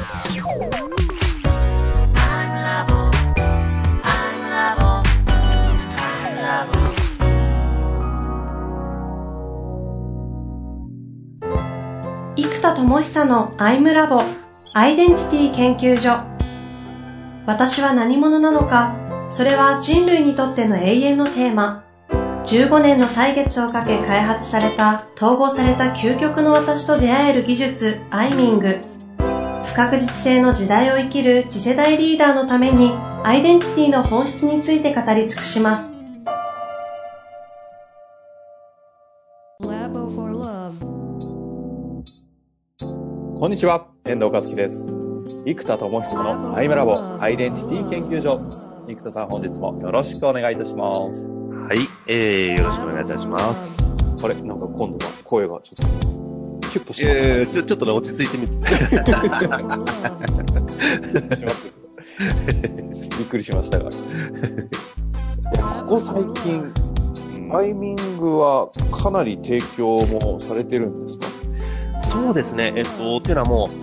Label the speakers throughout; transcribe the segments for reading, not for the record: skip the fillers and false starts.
Speaker 1: 生田智久のアイムラボアイデンティティ研究所。私は何者なのか、それは人類にとっての永遠のテーマ。15年の歳月をかけ開発された統合された究極の私と出会える技術アイミング。不確実性の時代を生きる次世代リーダーのためにアイデンティティの本質について語り尽くします。
Speaker 2: こんにちは、遠藤和樹です。生田智久のアイムラボアイデンティティ研究所。生田さん、本日もよろしくお願いいたします。
Speaker 3: はい、よろしくお願いいたします。
Speaker 2: あれ、なんか今度は声がちょっとキュッとして、
Speaker 3: ちょっとね、落ち着いてみて。
Speaker 2: びっくりしましたが。ここ最近、アイミングはかなり提供もされてるんですか？
Speaker 3: そうですね。っていうのはも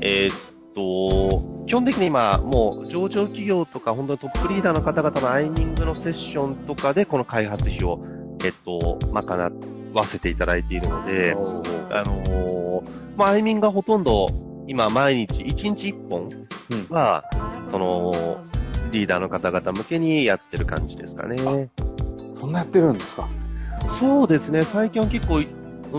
Speaker 3: う、基本的に今、もう上場企業とか、本当にトップリーダーの方々のアイミングのセッションとかで、この開発費を、賄わせていただいているので、アイミングがほとんど、今、毎日、1日1本は、リーダーの方々向けにやってる感じですかね。
Speaker 2: そんなやってるんですか？
Speaker 3: そうですね。最近は結構、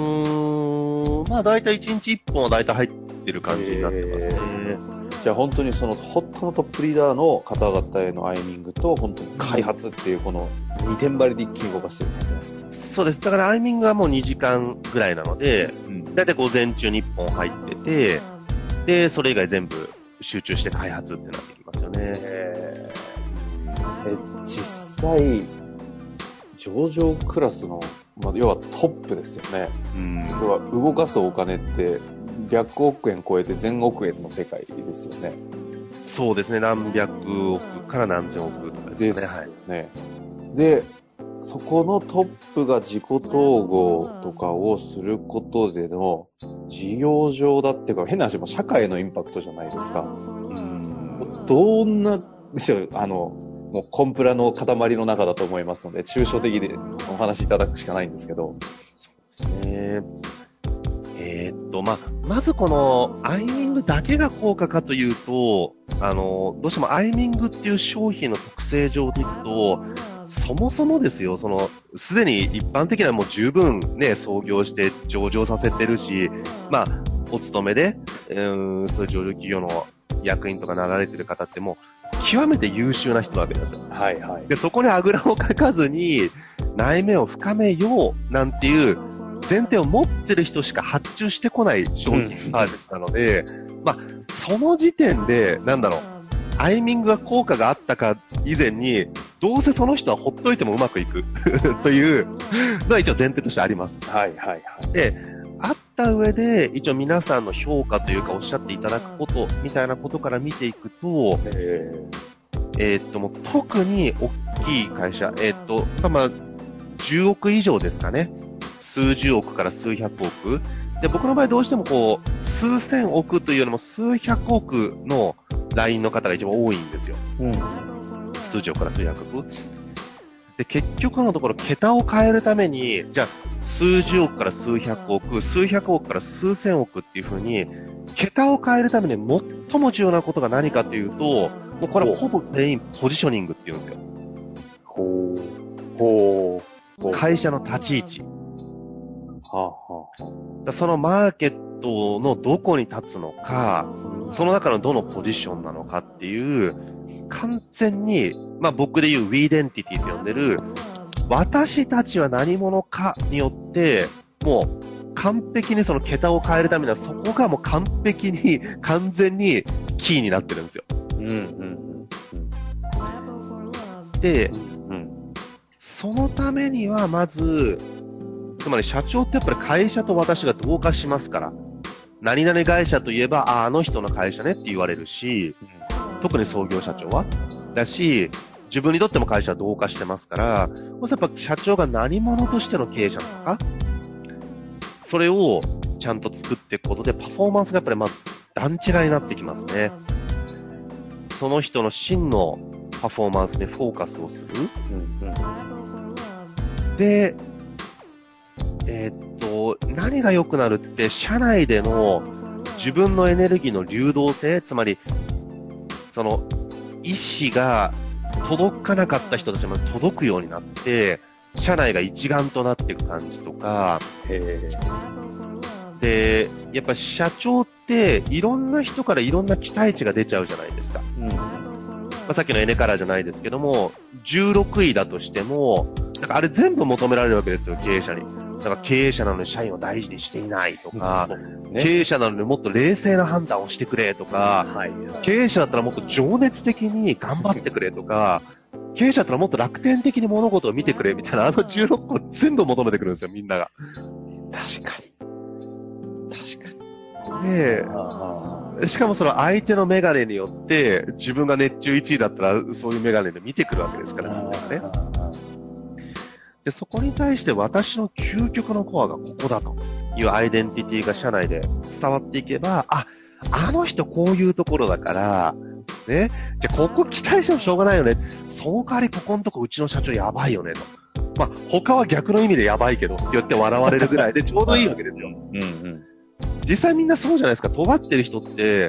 Speaker 3: だいたい1日1本はだいたい入ってる感じになってますね。
Speaker 2: じゃあ本当にその本当のトップリーダーの方々へのアイミングと本当に開発っていうこの2点張りで一気に動かしてる感じなんですか？
Speaker 3: そうです。だからアイミングはもう2時間ぐらいなので、だいたい午前中に1本入ってて、で、それ以外全部集中して開発ってなってきますよね。
Speaker 2: 実際、上場クラスの、要はトップですよね。要は動かすお金って100億円超えて1000億円の世界ですよね。
Speaker 3: そうですね。何百億から何千億とかですね。はい。
Speaker 2: で、そこのトップが自己統合とかをすることでの事業上だっていうか、変な話も社会へのインパクトじゃないですか。どんな、もうコンプラの塊の中だと思いますので、抽象的でお話しいただくしかないんですけど。
Speaker 3: そうですね。まずこのアイミングだけが効果かというと、どうしてもアイミングっていう商品の特性上でいくと、そもそもですよ、すでに一般的にはもう十分ね、創業して上場させてるし、お勤めで、そういう上場企業の役員とかなられてる方ってもう、極めて優秀な人なわけですよ。
Speaker 2: はいはい。
Speaker 3: で、そこにあぐらをかかずに、内面を深めようなんていう前提を持ってる人しか発注してこない商品サービスなので、その時点で、アイミングが効果があったか以前に、どうせその人はほっといてもうまくいくというのは一応前提としてあります。
Speaker 2: はいはいはい。
Speaker 3: で、あった上で、一応皆さんの評価というかおっしゃっていただくことみたいなことから見ていくと、もう特に大きい会社、10億以上ですかね。数十億から数百億。で、僕の場合どうしても数千億というよりも数百億のラインの方が一番多いんですよ。数十億から数百億。で、結局のところ、桁を変えるために、じゃあ、数十億から数百億、数百億から数千億っていう風に、桁を変えるために最も重要なことが何かというと、もうこれはほぼ全員ポジショニングって言うんですよ。会社の立ち位置。そのマーケットのどこに立つのか、その中のどのポジションなのかっていう、完全に、僕で言うウィーデンティティと呼んでる、私たちは何者かによって、もう完璧にその桁を変えるためにはそこがもう完璧に、完全にキーになってるんですよ。で、そのためにはまず、つまり社長ってやっぱり会社と私が同化しますから、何々会社といえば、あの人の会社ねって言われるし、特に創業社長はだし、自分にとっても会社は同化してますから、やっぱ社長が何者としての経営者なのか、それをちゃんと作っていくことでパフォーマンスがやっぱり段違いになってきますね。その人の真のパフォーマンスにフォーカスをする。で、何が良くなるって、社内での自分のエネルギーの流動性、つまり、その、意思が届かなかった人たちまで届くようになって、社内が一丸となっていく感じとか、で、やっぱり社長っていろんな人からいろんな期待値が出ちゃうじゃないですか。さっきのエネカラーじゃないですけども、16位だとしても、なんかあれ全部求められるわけですよ、経営者に。だから経営者なのに社員を大事にしていないとか、経営者なのにもっと冷静な判断をしてくれとか、経営者だったらもっと情熱的に頑張ってくれとか、経営者だったらもっと楽天的に物事を見てくれみたいな、あの16個全部求めてくるんですよ、みんなが。
Speaker 2: 確かに。
Speaker 3: で、しかもその相手のメガネによって、自分が熱中1位だったら、そういうメガネで見てくるわけですから、みんながね。で、そこに対して私の究極のコアがここだというアイデンティティが社内で伝わっていけば、あの人こういうところだから、ね、じゃあここ期待してもしょうがないよね。その代わりここのとこうちの社長やばいよねと。まあ、他は逆の意味でやばいけどって言って笑われるぐらいでちょうどいいわけですよ。実際みんなそうじゃないですか。尖ってる人って、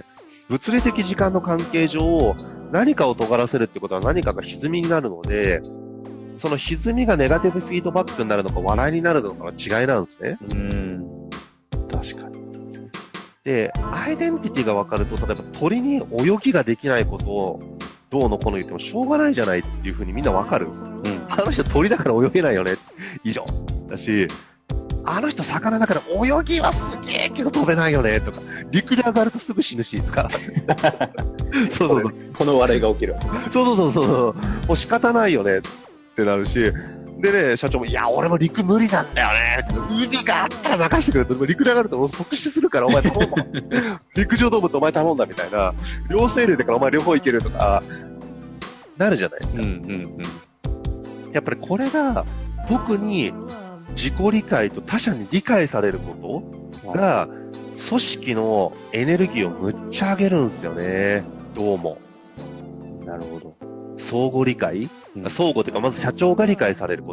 Speaker 3: 物理的時間の関係上、何かを尖らせるってことは何かが歪みになるので、その歪みがネガティブフィードバックになるのか笑いになるのかの違いなんですね。
Speaker 2: 確かに。
Speaker 3: で、アイデンティティが分かると、例えば鳥に泳ぎができないことをどうのこうの言ってもしょうがないじゃないっていう風にみんな分かる。あの人鳥だから泳げないよね。以上。だし、あの人魚だから泳ぎはすげえけど飛べないよねとか、陸で上がるとすぐ死ぬしとか。そう。
Speaker 2: この笑いが起きる。
Speaker 3: そう。もう仕方ないよねってなるし、でね、社長も、いや、俺も陸無理なんだよね。海があったら任せてくれって、陸で上がると即死するからお前頼んだ。陸上動物お前頼んだみたいな。両生類だからお前両方いけるとか、なるじゃないですか。やっぱりこれが、特に自己理解と他者に理解されることが、組織のエネルギーをむっちゃ上げるんですよね。どうも。
Speaker 2: なるほど。
Speaker 3: 相互理解、相互というか、まず社長が理解されること。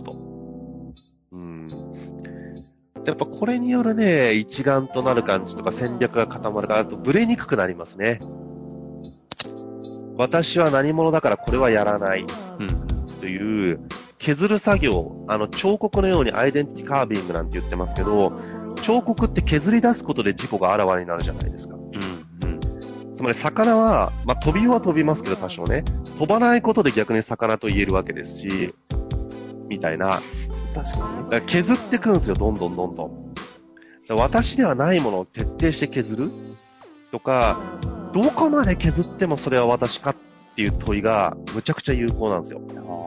Speaker 3: やっぱこれによるね、一丸となる感じとか戦略が固まるから、あとブレにくくなりますね。私は何者だからこれはやらない。という、削る作業、彫刻のようにアイデンティティカービングなんて言ってますけど、彫刻って削り出すことで自己があらわになるじゃないですか。つまり魚は、飛びは飛びますけど多少ね、飛ばないことで逆に魚と言えるわけですし、みたいな。
Speaker 2: 確かに。
Speaker 3: だから削っていくんですよ、どんどん。私ではないものを徹底して削るとか、どこまで削ってもそれは私かっていう問いがむちゃくちゃ有効なんですよ。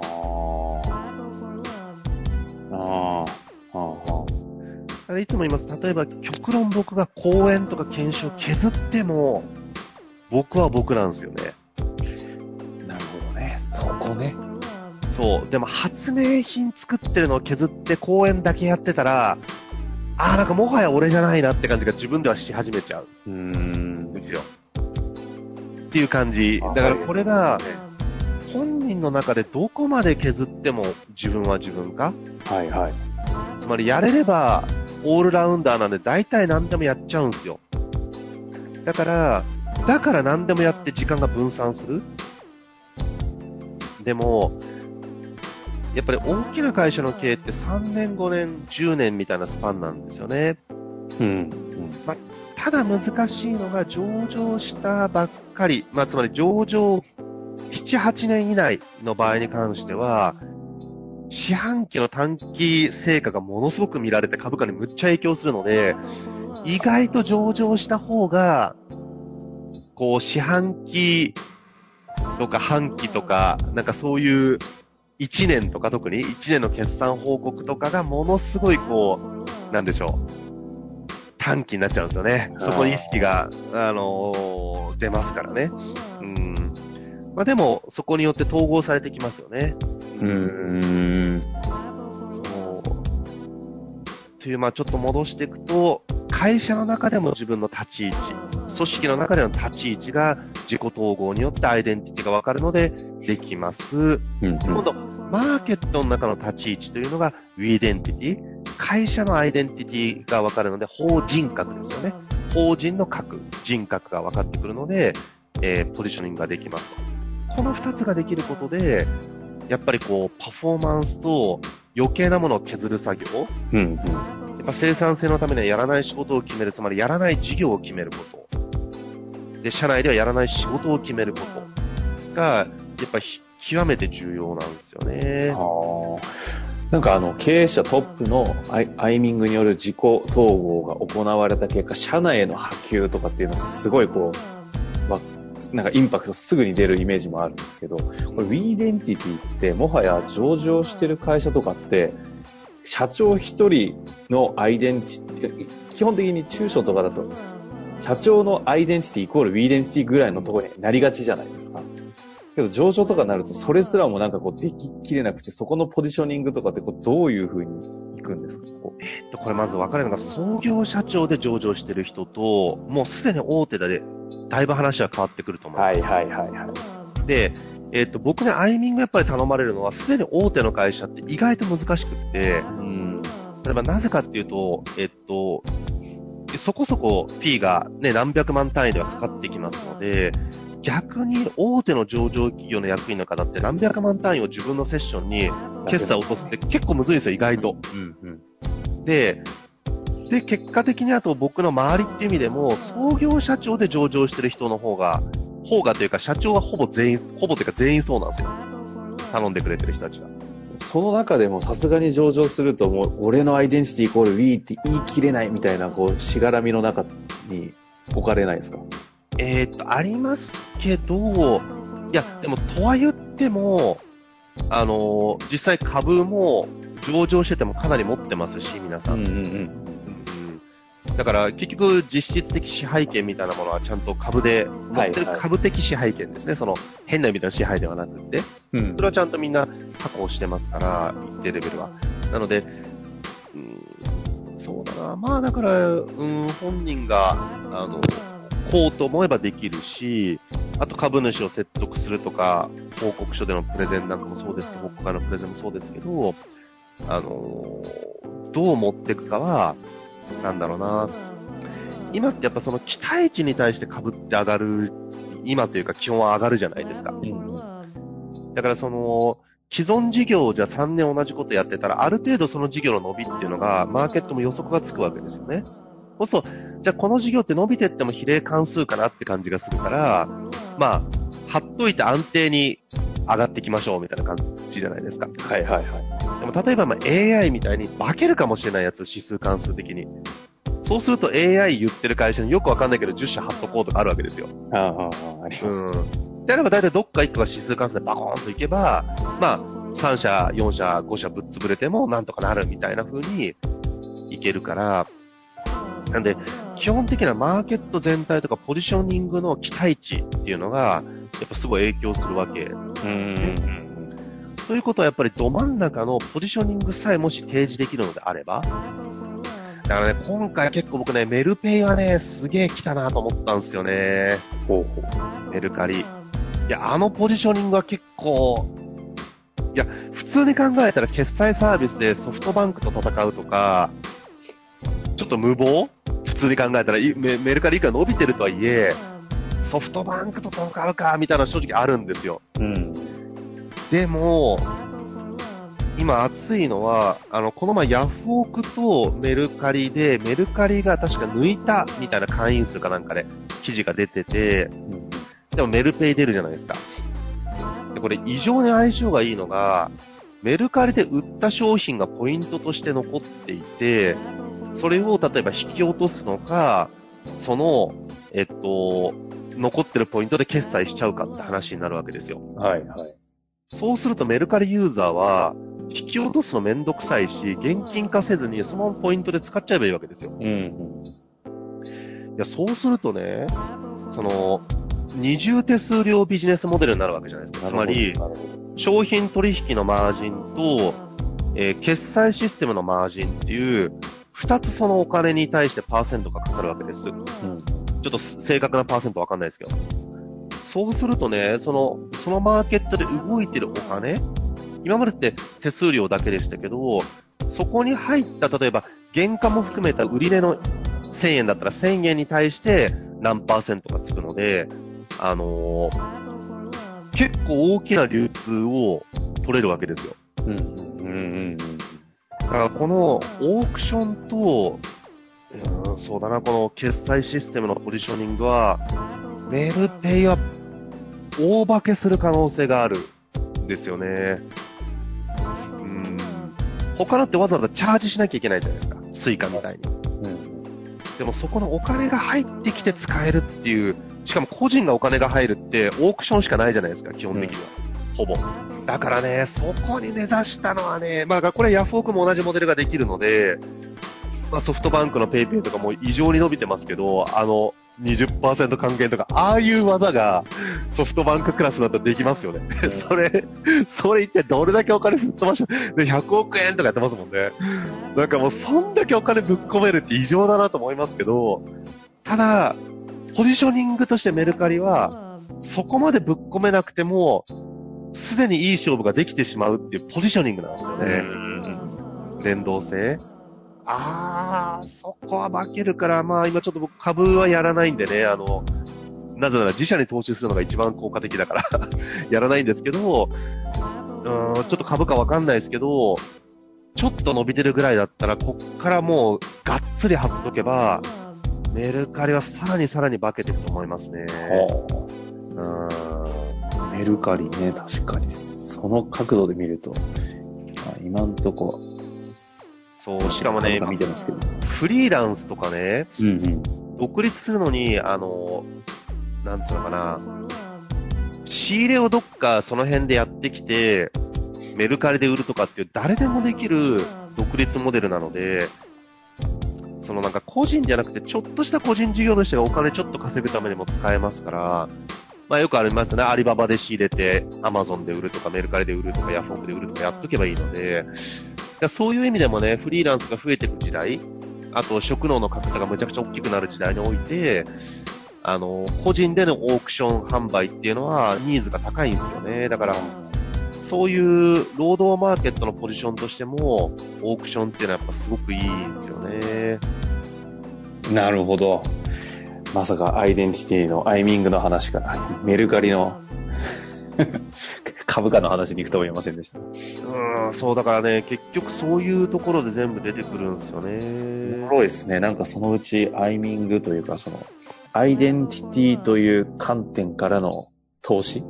Speaker 3: いつも言います。例えば極論僕が講演とか研修を削っても、僕は僕なんですよね。
Speaker 2: なるほどね。そこね。
Speaker 3: そう。でも発明品作ってるのを削って講演だけやってたら、なんかもはや俺じゃないなって感じが自分ではし始めちゃうんですよ。っていう感じ。だからこれが、本人の中でどこまで削っても自分は自分か？つまりやれればオールラウンダーなんで大体何でもやっちゃうんですよ。だから何でもやって時間が分散する。でも、やっぱり大きな会社の経営って3年、5年、10年みたいなスパンなんですよね。ただ難しいのが上場したばっかり、つまり上場7、8年以内の場合に関しては、四半期の短期成果がものすごく見られて株価にむっちゃ影響するので、意外と上場した方が、四半期とか半期とか、なんかそういう1年とか特に1年の決算報告とかがものすごいなんでしょう。短期になっちゃうんですよね。そこに意識が、出ますからね。でも、そこによって統合されてきますよね。そう。という、ちょっと戻していくと、会社の中でも自分の立ち位置、 組織の中での立ち位置が自己統合によってアイデンティティが分かるのでできます。今度、マーケットの中の立ち位置というのがウィーデンティティ。会社のアイデンティティが分かるので、法人格ですよね。法人の格、人格が分かってくるので、ポジショニングができます。この2つができることで、やっぱりこう、パフォーマンスと余計なものを削る作業、やっぱ生産性のためにはやらない仕事を決める、つまりやらない事業を決めること。で、社内ではやらない仕事を決めることが、やっぱり極めて重要なんですよね。
Speaker 2: なんか経営者トップのアイミングによる自己統合が行われた結果、社内への波及とかっていうのはすごいこう、なんかインパクトすぐに出るイメージもあるんですけど、これウィーデンティティってもはや上場してる会社とかって、社長一人のアイデンティティ、基本的に中小とかだと、社長のアイデンティティイコールウィーデンティティぐらいのところになりがちじゃないですか。けど上場とかになるとそれすらもなんかこうでききれなくて、そこのポジショニングとかってこうどういう風にいくんですか？
Speaker 3: これまず分かるのが、創業社長で上場してる人と、もうすでに大手でだいぶ話は変わってくると思います。で、僕ね、アイミングやっぱり頼まれるのは、すでに大手の会社って意外と難しくって、例えばなぜかっていうと、そこそこフィーがね、何百万単位ではかかってきますので、逆に大手の上場企業の役員の方って何百万単位を自分のセッションに決済を落とすって結構むずいんですよ、意外と。で、結果的にあと僕の周りっていう意味でも、創業社長で上場してる人の方がというか社長はほぼというか全員そうなんですよ。頼んでくれてる人たちが。
Speaker 2: その中でもさすがに上場するともう俺のアイデンティティイコール We って言い切れないみたいなこうしがらみの中に置かれないですか？
Speaker 3: ありますけど、いや、でもとは言っても、実際株も上場しててもかなり持ってますし、皆さん。だから結局実質的支配権みたいなものはちゃんと株で持ってる株的支配権ですね。その変な意味での支配ではなくて、それはちゃんとみんな確保してますから、一定レベルは。なので、そうだな。まあだから、本人が、こうと思えばできるし、あと株主を説得するとか、報告書でのプレゼンなんかもそうですけど、国会のプレゼンもそうですけど、どう持っていくかは、なんだろうな。今ってやっぱその期待値に対して株って上がる、今というか基本は上がるじゃないですか。だからその、既存事業をじゃあ3年同じことやってたら、ある程度その事業の伸びっていうのが、マーケットも予測がつくわけですよね。そうすると、じゃあこの事業って伸びてっても比例関数かなって感じがするから、まあ、貼っといて安定に上がっていきましょうみたいな感じじゃないですか。でも例えばAI みたいに化けるかもしれないやつ、指数関数的に。そうすると AI 言ってる会社によくわかんないけど10社貼っとこうとかあるわけですよ。
Speaker 2: あります。
Speaker 3: であれば大体どっか1個が指数関数でバコーンといけば、まあ、3社、4社、5社ぶっ潰れてもなんとかなるみたいな風にいけるから、なんで、基本的なマーケット全体とかポジショニングの期待値っていうのが、やっぱすごい影響するわけですね。ということはやっぱりど真ん中のポジショニングさえもし提示できるのであれば、だからね、今回結構僕ね、メルペイはね、すげえ来たなと思ったんですよね。メルカリ。いや、あのポジショニングは結構、いや、普通に考えたら決済サービスでソフトバンクと戦うとか、ちょっと無謀？普通に考えたらメルカリ以下伸びてるとはいえ、ソフトバンクと戦うか、みたいな正直あるんですよ。でも、今熱いのは、この前ヤフオクとメルカリで、メルカリが確か抜いたみたいな会員数かなんかで記事が出てて、でもメルペイ出るじゃないですか。で、これ異常に相性がいいのが、メルカリで売った商品がポイントとして残っていて、それを例えば引き落とすのか、その、残ってるポイントで決済しちゃうかって話になるわけですよ。そうするとメルカリユーザーは、引き落とすのめんどくさいし、現金化せずにそのポイントで使っちゃえばいいわけですよ。いや、そうするとね、その、二重手数料ビジネスモデルになるわけじゃないですか。つまり、商品取引のマージンと、決済システムのマージンっていう、二つそのお金に対してパーセントがかかるわけです。 ちょっと正確なパーセントわかんないですけど。そうするとね、そのマーケットで動いてるお金、今までって手数料だけでしたけど、そこに入った例えば原価も含めた売り値の1000円だったら1000円に対して何パーセントがつくので、結構大きな流通を取れるわけですよ。だからこのオークションと、そうだな、この決済システムのポジショニングは、メルペイは大化けする可能性があるんですよね。他のってわざわざチャージしなきゃいけないじゃないですか。スイカみたいに。でもそこのお金が入ってきて使えるっていう、しかも個人がお金が入るってオークションしかないじゃないですか、基本的には。ほぼ。だからね、そこに根ざしたのはね、まあこれヤフオクも同じモデルができるので、まあソフトバンクのペイペイとかも異常に伸びてますけど、20% 還元とか、ああいう技がソフトバンククラスだとできますよね。それ一体どれだけお金吹っ飛ばしたで100億円とかやってますもんね。なんかもうそんだけお金ぶっ込めるって異常だなと思いますけど、ただ、ポジショニングとしてメルカリは、そこまでぶっ込めなくても、すでにいい勝負ができてしまうっていうポジショニングなんですよね。連動性。そこは負けるから、まあ今ちょっと僕株はやらないんでね、なぜなら自社に投資するのが一番効果的だからやらないんですけど、ちょっと株価わかんないですけど、ちょっと伸びてるぐらいだったら、こっからもうがっつり張っとけば、メルカリはさらに化けていくと思いますね。
Speaker 2: メルカリね、確かに。その角度で見ると、今んとこ、
Speaker 3: そう、しかもね、
Speaker 2: 見てますけど、
Speaker 3: フリーランスとかね、独立するのに、なんつうのかな、仕入れをどっかその辺でやってきて、メルカリで売るとかっていう誰でもできる独立モデルなので、そのなんか個人じゃなくてちょっとした個人事業主がお金ちょっと稼ぐためにも使えますから、まあよくありますね。アリババで仕入れて、アマゾンで売るとか、メルカリで売るとか、ヤフオクで売るとかやっとけばいいので、そういう意味でもね、フリーランスが増えていく時代、あと職能の格差がむちゃくちゃ大きくなる時代において、個人でのオークション販売っていうのはニーズが高いんですよね。だから、そういう労働マーケットのポジションとしても、オークションっていうのはやっぱすごくいいですよね。
Speaker 2: なるほど。まさかアイデンティティのアイミングの話からメルカリの株価の話に行くとは言えませんでした。
Speaker 3: そうだからね、結局そういうところで全部出てくるんですよね。
Speaker 2: おもろいですね。なんかそのうちアイミングというか、そのアイデンティティという観点からの投資、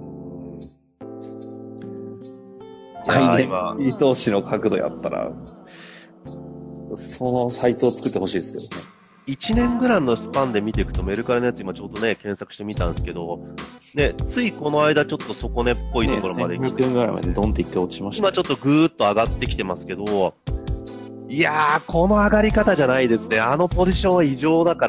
Speaker 2: アイデンティティ投資の角度やったら、そのサイトを作ってほしいですけどね。
Speaker 3: 1年ぐらいのスパンで見ていくと、メルカリのやつ今ちょうどね、検索してみたんですけど、ね、ついこの間ちょっと底根っぽいところまで来て、
Speaker 2: 100円ぐらいまでドンって一回落ちました、ね。
Speaker 3: 今ちょっとぐーっと上がってきてますけど、いやー、この上がり方じゃないですね。あのポジションは異常だから、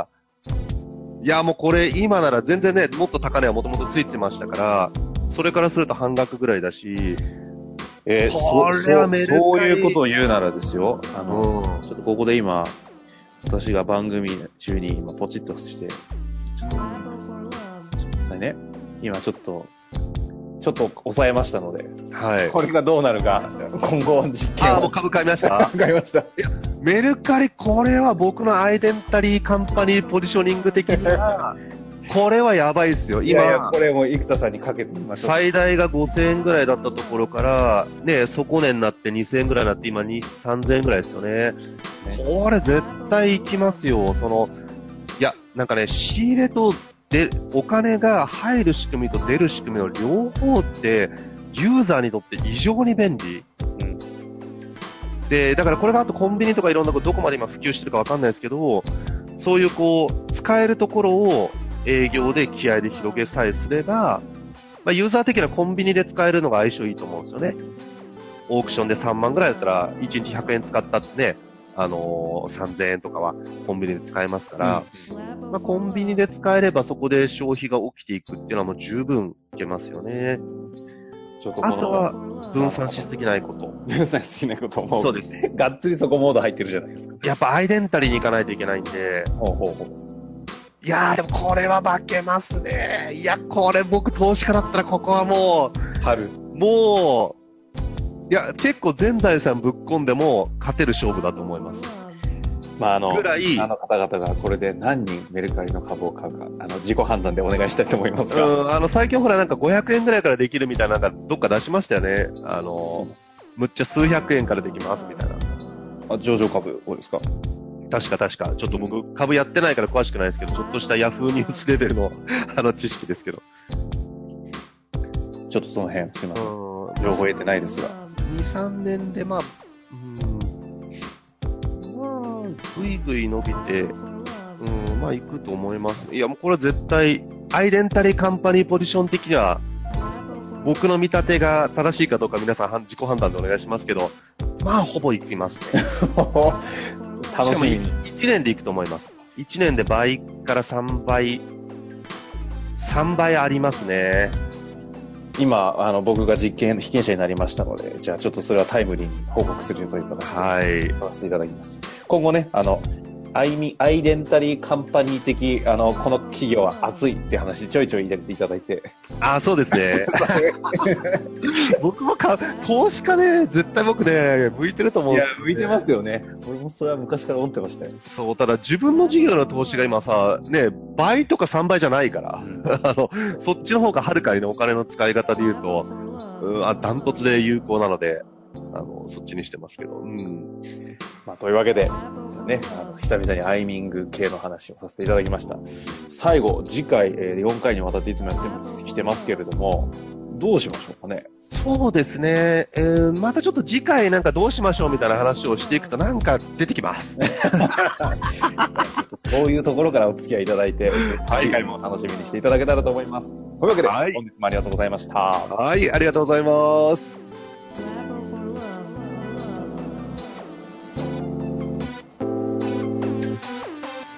Speaker 3: いや、もうこれ今なら全然ね、もっと高値はもともとついてましたから、それからすると半額ぐらいだし、
Speaker 2: これはメルカリそういうことを言うならですよ。ちょっとここで今、私が番組中に今ポチッとして、ちょっとね、今ちょっと抑えましたので、はい。これがどうなるか、今後実験を。
Speaker 3: もう株買いました
Speaker 2: 買いました。い
Speaker 3: や、メルカリ、これは僕のアイデンタリーカンパニーポジショニング的には、これはやばいですよ。今。
Speaker 2: いやこれも生田さんにかけてみましょう。
Speaker 3: 最大が5000円ぐらいだったところから、ね、底値になって2000円ぐらいになって、今3000円ぐらいですよね。これ絶対行きますよ。いや、なんかね、仕入れと、お金が入る仕組みと出る仕組みの両方って、ユーザーにとって異常に便利。で、だからこれがあとコンビニとかいろんなことどこまで今普及してるかわかんないですけど、そういう使えるところを営業で気合で広げさえすれば、まあ、ユーザー的なコンビニで使えるのが相性いいと思うんですよね。オークションで3万ぐらいだったら、1日100円使ったってね、3000円とかはコンビニで使えますから、まあ、コンビニで使えればそこで消費が起きていくっていうのはもう十分いけますよね。あとは分散しすぎないこと。
Speaker 2: 分散しすぎないことも。
Speaker 3: そうです。
Speaker 2: がっつりそこモード入ってるじゃないですか。
Speaker 3: やっぱアイデンタリーに行かないといけないんで。 いやー、でもこれは負けますね。いや、これ僕投資家だったらここはもう、いや、結構全財産ぶっ込んでも勝てる勝負だと思います。
Speaker 2: まあ、
Speaker 3: ぐらい
Speaker 2: 方々がこれで何人メルカリの株を買うか、自己判断でお願いしたいと思いますが。
Speaker 3: 最近ほらなんか500円ぐらいからできるみたいな、なんかどっか出しましたよね。むっちゃ数百円からできますみたいな。
Speaker 2: 上場株をですか？
Speaker 3: 確か。ちょっと僕株やってないから詳しくないですけど、ちょっとしたヤフーニュースレベルの知識ですけど。
Speaker 2: ちょっとその辺、すいません。情報得てないですが。
Speaker 3: 2、3年でぐいぐい伸びて、行くと思います。いや、もうこれは絶対、アイデンタリーカンパニーポジション的には、僕の見立てが正しいかどうか皆さん自己判断でお願いしますけど、ほぼ行きますね。
Speaker 2: 楽しみに。
Speaker 3: 1年で行くと思います。1年で倍から3倍ありますね。
Speaker 2: 今、僕が被験者になりましたので、じゃあちょっとそれはタイムリーに報告するという形で、させていただきます。今後ね、アイデンタリーカンパニー的、この企業は熱いって話ちょいちょい入れていただいて。
Speaker 3: そうですね。僕も投資家ね、絶対僕ね、向いてると思うんですよ、ね。
Speaker 2: いや、向いてますよね。俺もそれは昔から思ってましたよ。
Speaker 3: そう、ただ自分の事業の投資が今さ、ね、倍とか3倍じゃないから、そっちの方がはるかにね、お金の使い方で言うと、ダントツで有効なので、そっちにしてますけど。
Speaker 2: というわけで、ね、久々にアイミング系の話をさせていただきました。最後、次回、4回にわたっていつもやってきてますけれども、どうしましょうかね。
Speaker 3: そうですね。またちょっと次回なんかどうしましょうみたいな話をしていくとなんか出てきます。
Speaker 2: そういうところからお付き合いいただいて、次回も楽しみにしていただけたらと思います。というわけで、本日もありがとうございました。
Speaker 3: はい、ありがとうございます。